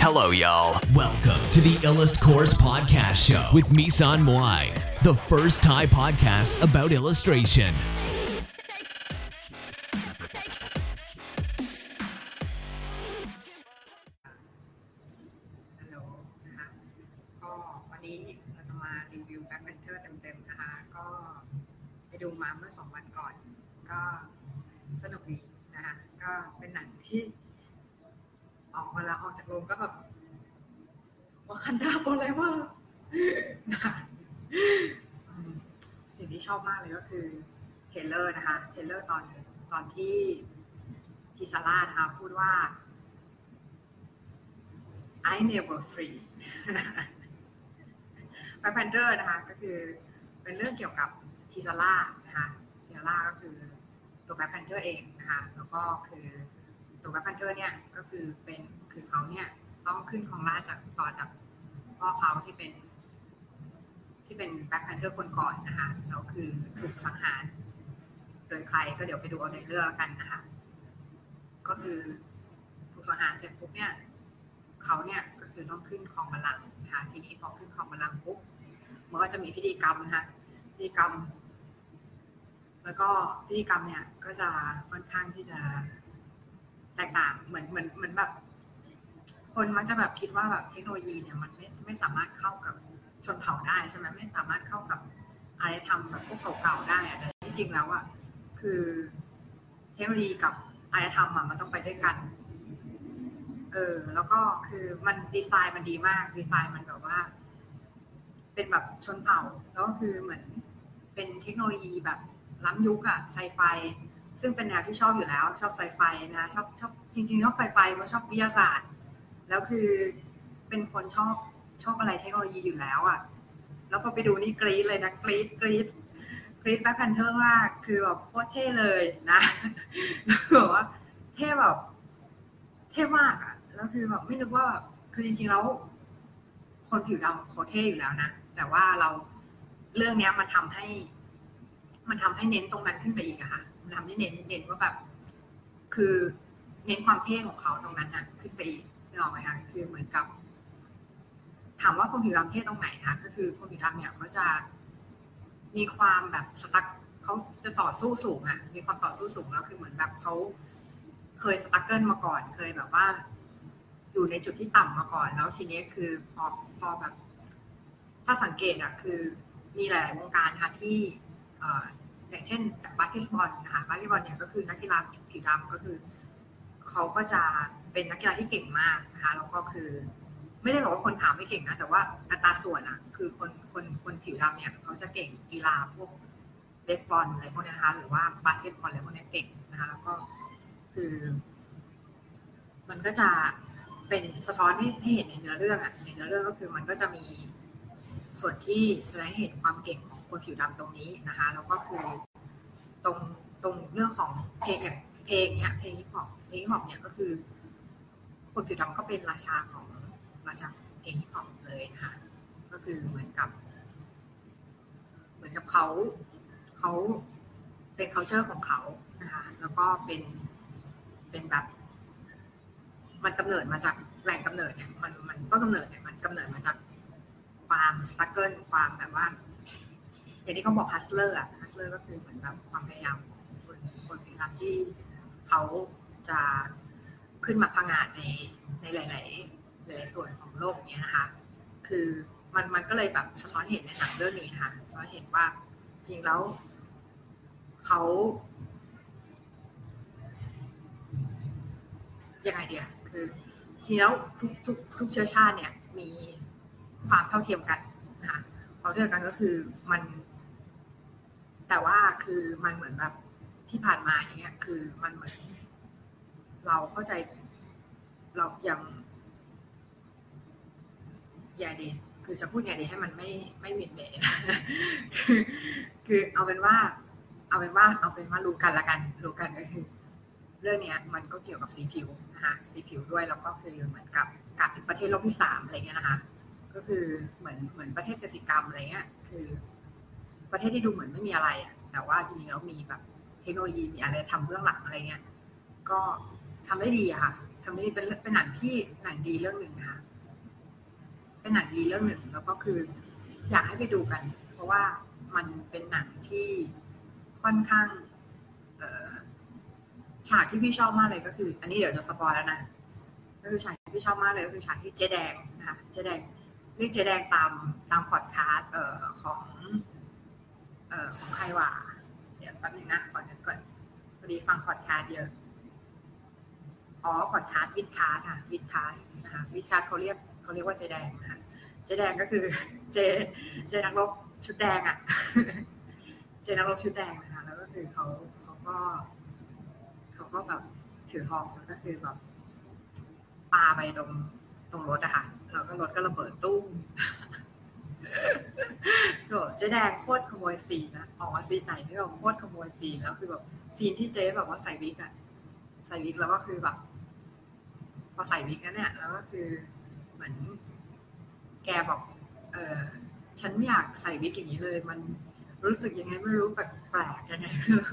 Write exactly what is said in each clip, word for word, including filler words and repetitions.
Hello, y'all. Welcome to the Illust Course Podcast Show with Misan Moai, the first Thai podcast about illustration. ฮัลโหลนะคะก็วันนี้เราจะมารีวิว Black Panther เต็มๆนะคะก็ไปดูมาเมื่อสองวันก่อนก็สนุกดีนะคะก็เป็นหนังที่ออกมาแล้วออกจากโรงก็แบบวากันดาโฟร์เอเวอร์นะคะสิ่งที่ชอบมากเลยก็คือเทรลเลอร์นะคะเทรลเลอร์ตอนตอนที่ทีซาร่านะคะพูดว่า I never free Black Panther นะคะก็คือเป็นเรื่องเกี่ยวกับทีซาร่านะคะทีซาร่าก็คือตัว Black Panther เองนะคะแล้วก็คือตัว Black Panther เนี่ยก็คือเป็นคือเขาเนี่ยต้องขึ้นครองราชย์จากต่อจากพ่อเขาที่เป็นที่เป็น Black Panther คนก่อนนะคะแล้วคือถูกสังหารโดยใครก็เดี๋ยวไปดูเอาในเรื่องกันนะคะก็คือถูกสังหารเสร็จปุ๊บเนี่ยเขาเนี่ยก็คือต้องขึ้นครองบัลลังก์นะคะทีนี้พอขึ้นครองบัลลังก์ปุ๊บมันก็จะมีพิธีกรรมนะคะพิธีกรรมแล้วก็พิธีกรรมเนี่ยก็จะค่อนข้างที่จะแตกต่างเหมือนเหมือนเหมือนแบบคนมักจะแบบคิดว่าแบบเทคโนโลยีเนี่ยมันไม่ไม่สามารถเข้ากับชนเผ่าได้ใช่ไหมไม่สามารถเข้ากับอารยธรรมแบบพวกเก่าๆได้แต่ที่จริงแล้วอ่ะคือเทคโนโลยีกับอารยธรรมอ่ะมันต้องไปด้วยกันเออแล้วก็คือมันดีไซน์มันดีมากดีไซน์มันแบบว่าเป็นแบบชนเผ่าแล้วก็คือเหมือนเป็นเทคโนโลยีแบบล้ำยุคอะไซไฟซึ่งเป็นแนวที่ชอบอยู่แล้วชอบไซไฟนะชอบชอบจริงๆชอบไซไฟเพราะชอบวิทยาศาสตร์แล้วคือเป็นคนชอบชอบอะไรเทคโนโลยีอยู่แล้วอะแล้วพอไปดูนี่กรี๊ดเลยนะกรี๊ดกรี๊ดกรี๊ดแบล็คแพนเทอร์มากคือแบบโคตรเท่เลยนะแล้วแบบว่าเท่แบบเท่มากอะแล้วคือแบบไม่นึกว่าคือจริงๆแล้วคนผิวดำเขาเท่อยู่แล้วนะแต่ว่าเราเรื่องนี้มันทำให้มันทำให้เน้นตรงนั้นขึ้นไปอีกอะค่ะมันทำให้เน้นเน้นว่าแบบคือเน้นความเท่ของเขาตรงนั้นนะขึ้นไปอีกนึกออกไหมคะคือเหมือนกับถามว่าคนผิวดำเท่ตรงไหนคะก็คือคนผิวดำเนี่ยเขาจะมีความแบบสตั๊กเขาจะต่อสู้สูงอะมีความต่อสู้สูงแล้วคือเหมือนแบบเขาเคยสตั๊กเกิลมาก่อนเคยแบบว่าอยู่ในจุดที่ต่ำมาก่อนแล้วทีนี้คือพอพอแบบถ้าสังเกตอะคือมีหลายๆวงการค่ะที่อย่างเช่นบาสเกตบอลนะคะบาสเกตบอลเนี่ยก็คือนักกีฬาผิวดำก็คือเขาก็จะเป็นนักกีฬาที่เก่งมากนะคะแล้วก็คือไม่ได้บอกว่าคนขาวไม่เก่งนะแต่ว่าอัตราส่วนอะคือคนคนคนผิวดำเนี่ยเขาจะเก่งกีฬาพวกเบสบอลอะไรพวกนี้นะคะหรือว่าบาสเกตบอลอะไรพวกนี้เก่งนะคะแล้วก็คือมันก็จะเป็นสะท้อนให้ให้เห็นในเนื้อเรื่องอ่ะในเนื้อเรื่องก็คือมันก็จะมีส่วนที่แสดงให้เห็นความเก่งของคนผิวดำตรงนี้นะคะแล้วก็คือตรงตรงเรื่องของเพลงเนี่ยเพลงเนี้ยเพลงฮิปฮอปเพลงฮิปฮอปเนี่ยก็คือคนผิวดำก็เป็นราชาของราชาเพลงฮิปฮอปเลยนะคะก็คือเหมือนกับเหมือนกับเขาเขาเป็น culture ของเขานะคะแล้วก็เป็นเป็นแบบมันกำเนิดมาจากแหล่งกำเนิดเนี่ยมันมันก็กำเนิดเนี่ยมันกำเนิดมาจากความสตรักเกิลความแบบว่าอย่างที่เขาบอกฮัสเลอร์อะฮัสเลอร์ก็คือเหมือนแบบความพยายามของคนคนผิวดำที่เขาจะขึ้นมาพังงาดในในหลายๆหลายๆส่วนของโลกเนี้ยนะคะคือมันมันก็เลยแบบสะท้อนเห็นในหนังเรื่องนี้ค่ะสะท้อนเห็นว่าจริงแล้วเขายังไงเดียวคือทีแล้วทุกทุกทุกเชื้อชาติเนี่ยมีความเท่าเทียมกันนะคะความเท่าเทียมกันก็คือมันแต่ว่าคือมันเหมือนแบบที่ผ่านมาอย่างเงี้ยคือมันเหมือนเราเข้าใจเรายังอย่าดีคือจะพูดอย่าดีให้มันไม่ไม่เวียนเบะคือคือเอาเป็นว่าเอาเป็นว่าเอาเป็นว่ารู้กันละกันรู้กันก็คือเรื่องนี้มันก็เกี่ยวกับสีผิวนะคะสีผิวด้วยแล้วก็คือเหมือนกับการเป็นประเทศโลกที่สามอะไรเงี้ยนะคะก็คือเหมือนเหมือนประเทศกสิกรรมอะไรเงี้ยคือประเทศที่ดูเหมือนไม่มีอะไรอ่ะแต่ว่าจริงๆแล้วมีแบบเทคโนโลยีมีอะไรทำเบื้องหลังอะไรเงี้ยก็ทำได้ดีอะค่ะทำไม่ดีเป็นเป็นหนังที่หนังดีเรื่องหนึ่งนะคะเป็นหนังดีเรื่องหนึ่งแล้วก็คืออยากให้ไปดูกันเพราะว่ามันเป็นหนังที่ค่อนข้างเอ่อฉากที่พี่ชอบมากเลยก็คืออันนี้เดี๋ยวจะสปอยแล้วนะก็คือฉากที่พี่ชอบมากเลยก็คือฉากที่เจ๊แดงนะคะเจ๊แดงเรียกเจ๊แดงตามตามพอดคาสต์เอ่อของเอ่อของใครวะเดี๋ยวแป๊บนึงนะขอนึกก่อนพอดีฟังพอดคาสต์เยอะอ๋อพอดคาสต์วิดคาสต์ค่ะวิดคาสต์นะคะวิดคาสต์เขาเรียกเขาเรียกว่าเจ๊แดงนะคะเจ๊แดงก็คือเจ๊เจ๊นักรบชุดแดงอ่ะเจ๊นักรบชุดแดงนะคะแล้วก็คือเขาเขาก็เขาก็แบบถือหอกแล้วก็คือแบบปาไปตรงตรงรถอะค่ะแล้วก็รถก็ระเบิดตุ้มโดดเจ๊แดงโคตรขโมยซีนนะออกมาซีนไหนที่แบบโคตรขโมยซีนแล้วคือแบบซีนที่เจ๊แบบว่าใส่วิกอะใส่วิกแล้วก็คือแบบพอใส่วิกนั้นเนี่ยแล้วก็คือเหมือนแกบอกเออฉันไม่อยากใส่วิกอย่างนี้เลยมันรู้สึกยังไงไม่รู้แปลกๆยังไงไม่รู้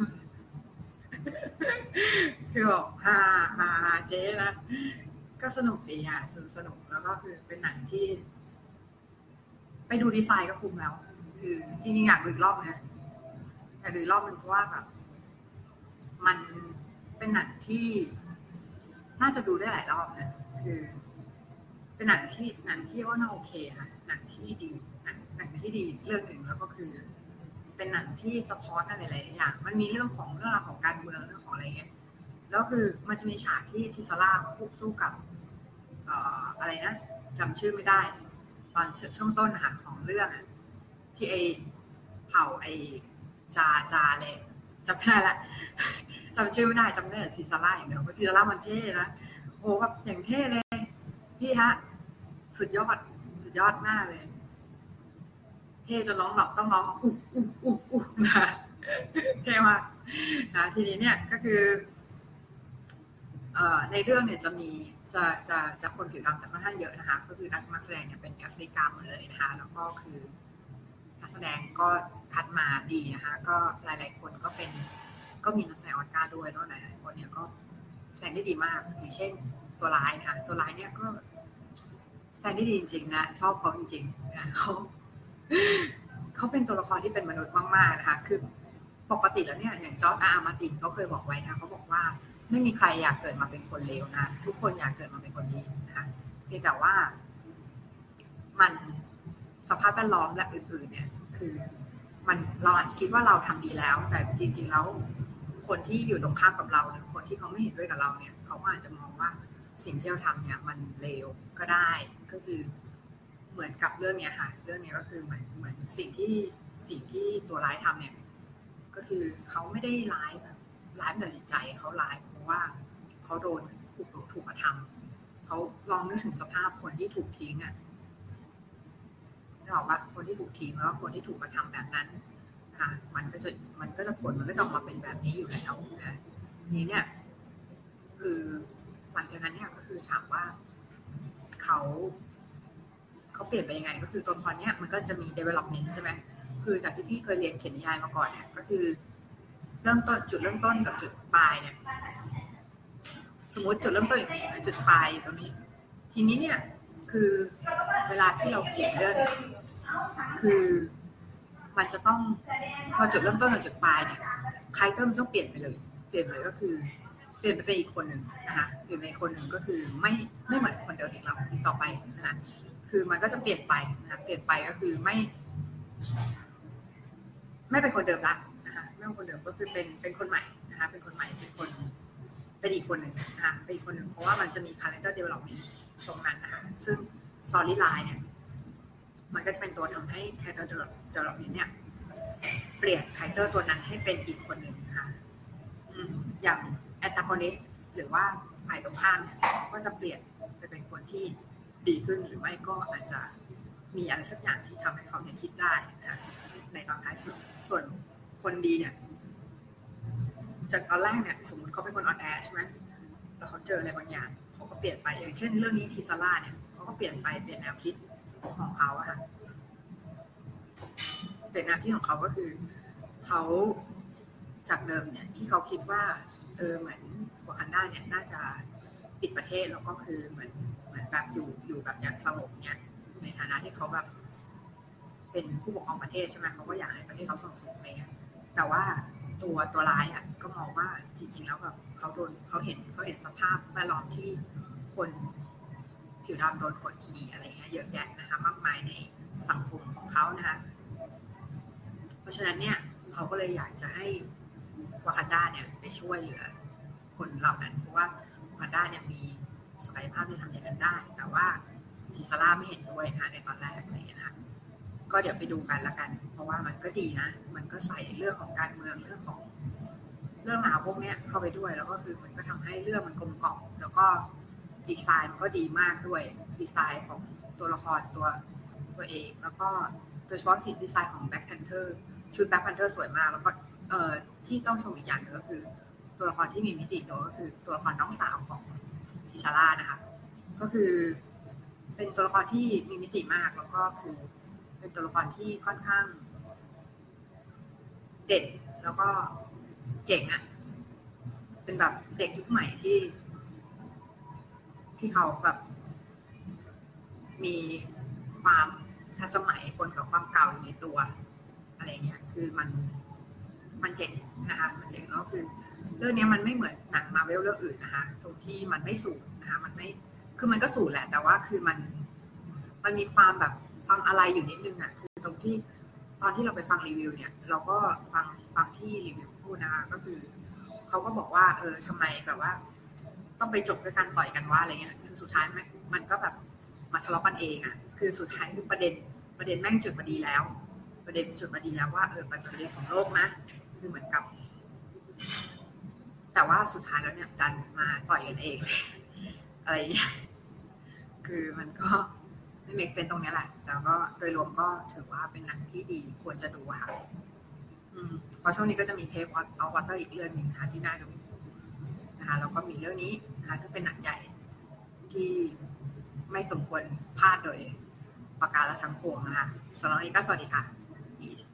คือบอกฮ่าฮ่าเจ๊นะก็สนุกดีอ่ะสนุกสนุกแล้วก็คือเป็นหนังที่ไปดูดีไซน์ก็คุ้มแล้วคือจริงๆอยากดูอีกรอบนะอยากดูอีกรอบนึงเพราะว่าแบบมันเป็นหนังที่น่าจะดูได้หลายรอบนะคือเป็นหนังที่หนังที่ว่าน่าโอเคค่ะหนังที่ดีหนังหนังที่ดีเรื่องหนึ่งแล้วก็คือเป็นหนังที่สะท้อนอะไรหลายอย่างมันมีเรื่องของเรื่องราวของการเมืองเรื่องของอะไรเงี้ยแล้วคือมันจะมีฉากที่ซิซาร่าพูดสู้กับเอ่ออะไรนะจำชื่อไม่ได้ตอนช่วงต้นนะคะของเรื่องอะที่ไอเผ่าไอจาจาเลยจำไม่ได้ละจำชื่อไม่ได้จำได้แต่ซิซาร่าอย่างเดียวเพราะซิซาร่ามันเท่นะโอ้แบบอย่างเท่เลยพี่ฮะสุดยอดสุดยอดมากเลยเท่จนร้องหลับต้องร้องอุ๊อุ๊อุ๊อุ๊นะเท่มากนะทีนี้เนี่ยก็คือเอ่อในเรื่องเนี่ยจะมีจะจะจะคนผิวดำจะค่อนข้างเยอะนะคะก็คือนักนักแสดงเนี่ยเป็นแอฟริกาหมดเลยนะคะแล้วก็คือนักแสดงก็คัดมาดีนะคะก็หลายๆคนก็เป็นก็มีนักแสดงออสการ์ด้วยแล้วหลายๆคนเนี่ยก็แสดงได้ดีมากอย่างเช่นตัวร้ายนะคะตัวร้ายเนี่ยก็แสดงได้ดีจริงๆนะชอบเขาจริงๆนะเขาเขาเป็นตัวละครที่เป็นมนุษย์มากๆนะคะคือปกติแล้วเนี่ยอย่างจอร์จ อาร์ อาร์ มาร์ตินเขาเคยบอกไว้นะเขาบอกว่าไม่มีใครอยากเกิดมาเป็นคนเลวนะทุกคนอยากเกิดมาเป็นคนดีนะคะเพียงแต่ว่ามันสภาพแวดล้อมและอื่นๆเนี่ยคือมันเราอาจจะคิดว่าเราทำดีแล้วแต่จริงๆแล้วคนที่อยู่ตรงข้ามกับเราหรือคนที่เขาไม่เห็นด้วยกับเราเนี่ยเขาอาจจะมองว่าสิ่งที่เราทำเนี่ยมันเลวก็ได้ก็คือเหมือนกับเรื่องนี้ค่ะเรื่องนี้ก็คือเหมือนเหมือนสิ่งที่สิ่งที่ตัวร้ายทำเนี่ยก็คือเขาไม่ได้ร้ายแบบร้ายแบบจิตใจเขาร้ายเพราะว่าเขาโดนถูกถูกกระทำเขาลองนึกถึงสภาพคนที่ถูกทิ้งอ่ะนึกออกปะคนที่ถูกทิ้งแล้วคนที่ถูกกระทำแบบนั้นค่ะมันก็จะมันก็จะผลมันก็จะออกมาเป็นแบบนี้อยู่แล้วนะนี้เนี่ยคือหลังจากนั้นเนี่ยก็คือถามว่าเขาเขาเปลี่ยนไปยังไงก็คือตัวละครเนี้ยมันก็จะมี development ใช่ไหมคือจากที่พี่เคยเรียนเขียนนิยายมาก่อนเนี่ยก็คือเริ่มต้นจุดเริ่มต้นกับจุดปลายเนี่ยสมมติจุดเริ่มต้นอย่างนี้จุดปลายตรงนี้ทีนี้เนี่ยคือเวลาที่เราเขียนเรื่องคือมันจะต้องพอจุดเริ่มต้นกับจุดปลายเนี่ยคาแรคเตอร์มันต้องเปลี่ยนไปเลยเปลี่ยนไปเลยก็คือเปลี่ยนไปเป็นอีกคนหนึ่งนะคะเปลี่ยนไปอีกคนหนึ่งก็คือไม่ไม่เหมือนคนเดิมอีกแล้วอีกต่อไปนะคะคือมันก็จะเปลี่ยนไปนะเปลี่ยนไปก็คือไม่ไม่เป็นคนเดิมละนะคะไม่เป็นคนเดิมก็คือเป็นเป็นคนใหม่นะคะเป็นคนใหม่เป็นคนเป็นอีกคนหนึ่งนะคะเป็นอีกคนหนึ่งเพราะว่ามันจะมี character development ตรงนั้นนะคะซึ่ง story line เนี่ยมันก็จะเป็นตัวทำให้ character development เนี่ยเปลี่ยน character ตัวนั้นให้เป็นอีกคนหนึ่งนะคะอย่าง antagonist หรือว่าฝ่ายตรงข้ามเนี่ยก็จะเปลี่ยนไปเป็นคนที่ดีขึ้นหรือไม่ก็อาจจะมีอะไรสักอย่างที่ทำให้เขาเนี่ยคิดได้นะในตอนท้ายสุดส่วนคนดีเนี่ยจากตอนแรกเนี่ยสมมติเขาเป็นคนอ่อนแอใช่ไหมแล้วเขาเจออะไรบางอย่างเขาก็เปลี่ยนไปอย่างเช่นเรื่องนี้ทีซาร่าเนี่ยเขาก็เปลี่ยนไปเปลี่ยนแนวคิดของเขาอะค่ะเปลี่ยนแนวคิดของเขาก็คือเขาจากเดิมเนี่ยที่เขาคิดว่าเออเหมือนวากันดาเนี่ยน่าจะปิดประเทศแล้วก็คือเหมือนเหมือนแบบอยู่อยู่แบบอย่างสงบเนี่ยในฐานะที่เขาแบบเป็นผู้ปกครองประเทศใช่ไหมเขาก็อยากให้ประเทศเขาสงบสุขอะไรเงี้ยแต่ว่าตัวตัวร้ายอ่ะก็มองว่าจริงๆแล้วแบบเขาโดนเขาเห็นเขาเห็นสภาพแวดล้อมที่คนผิวดำโดนกดขี่อะไรเงี้ยเยอะแยะนะคะมากมายในสังคมของเขานะคะเพราะฉะนั้นเนี่ยเขาก็เลยอยากจะให้วากันดาเนี่ยไปช่วยเหลือคนเหล่านั้นเพราะว่าวากันดาเนี่ยมีศักยภาพที่ทำอย่างนั้นได้แต่ว่าทิซาร่าไม่เห็นด้วยนะคะในตอนแรกอะไรเงี้ยนะคะก็เดี๋ยวไปดูกันละกันเพราะว่ามันก็ดีนะมันก็ใส่เรื่องของการเมืองเรื่องของเรื่องราวพวกนี้เข้าไปด้วยแล้วก็คือมันก็ทำให้เรื่องมันกลมกล่อมแล้วก็ดีไซน์มันก็ดีมากด้วยดีไซน์ของตัวละครตัวตัวเองแล้วก็โดยเฉพาะดีไซน์ของ Black Panther ชุด Black Panther สวยมากแล้วก็เอ่อที่ต้องชมอีกอย่างนึงก็คือตัวละครที่มีมิติตัวก็คือตัวละครน้องสาวของทิชาร่านะคะก็คือเป็นตัวละครที่มีมิติมากแล้วก็คือเป็นตัวละครที่ค่อนข้างเด่นแล้วก็เจ๋งอ่ะเป็นแบบเด็กยุคใหม่ที่ที่เขาแบบมีความทันสมัยปนกับความเก่าอยู่ในตัวอะไรเงี้ยคือมันมันเจ๋งนะคะมันเจ๋งแล้วคือเรื่องนี้มันไม่เหมือนหนังมาร์เวลเรื่องอื่นนะคะตรงที่มันไม่สูงนะคะมันไม่คือมันก็สูงแหละแต่ว่าคือมันมันมีความแบบความอะไรอยู่นิดนึงอ่ะคือตรงที่ตอนที่เราไปฟังรีวิวเนี่ยเราก็ฟังฟังที่รีวิวพูดนะคะก็คือเขาก็บอกว่าเออทำไมแบบว่าต้องไปจบด้วยการต่อยกันว่าอะไรเงี้ยซึ่งสุดท้ายมันมันก็แบบมาทะเลาะกันเองอ่ะคือสุดท้ายคือประเด็นประเด็นแม่งจุดมาดีแล้วประเด็นจุดมาดีแล้วว่าเออเป็นประเด็นของโลกนะคือเหมือนกับแต่ว่าสุดท้ายแล้วเนี่ยดันมาต่อยกันเองอะไรอย่างเงี้ยคือมันก็ไม่เมคเซนส์ตรงนี้แหละแต่ก็โดยรวมก็ถือว่าเป็นหนังที่ดีควรจะดูค่ะอืมพอช่วงนี้ก็จะมีเทปเอาวอเตอร์อีกเรื่องนึงนะคะที่น่าดูนะคะแล้วก็มีเรื่องนี้นะคะซึ่งเป็นหนังใหญ่ที่ไม่สมควรพลาดโดยประการละทั้งปวงนะคะสำหรับวันนี้ก็สวัสดีค่ะ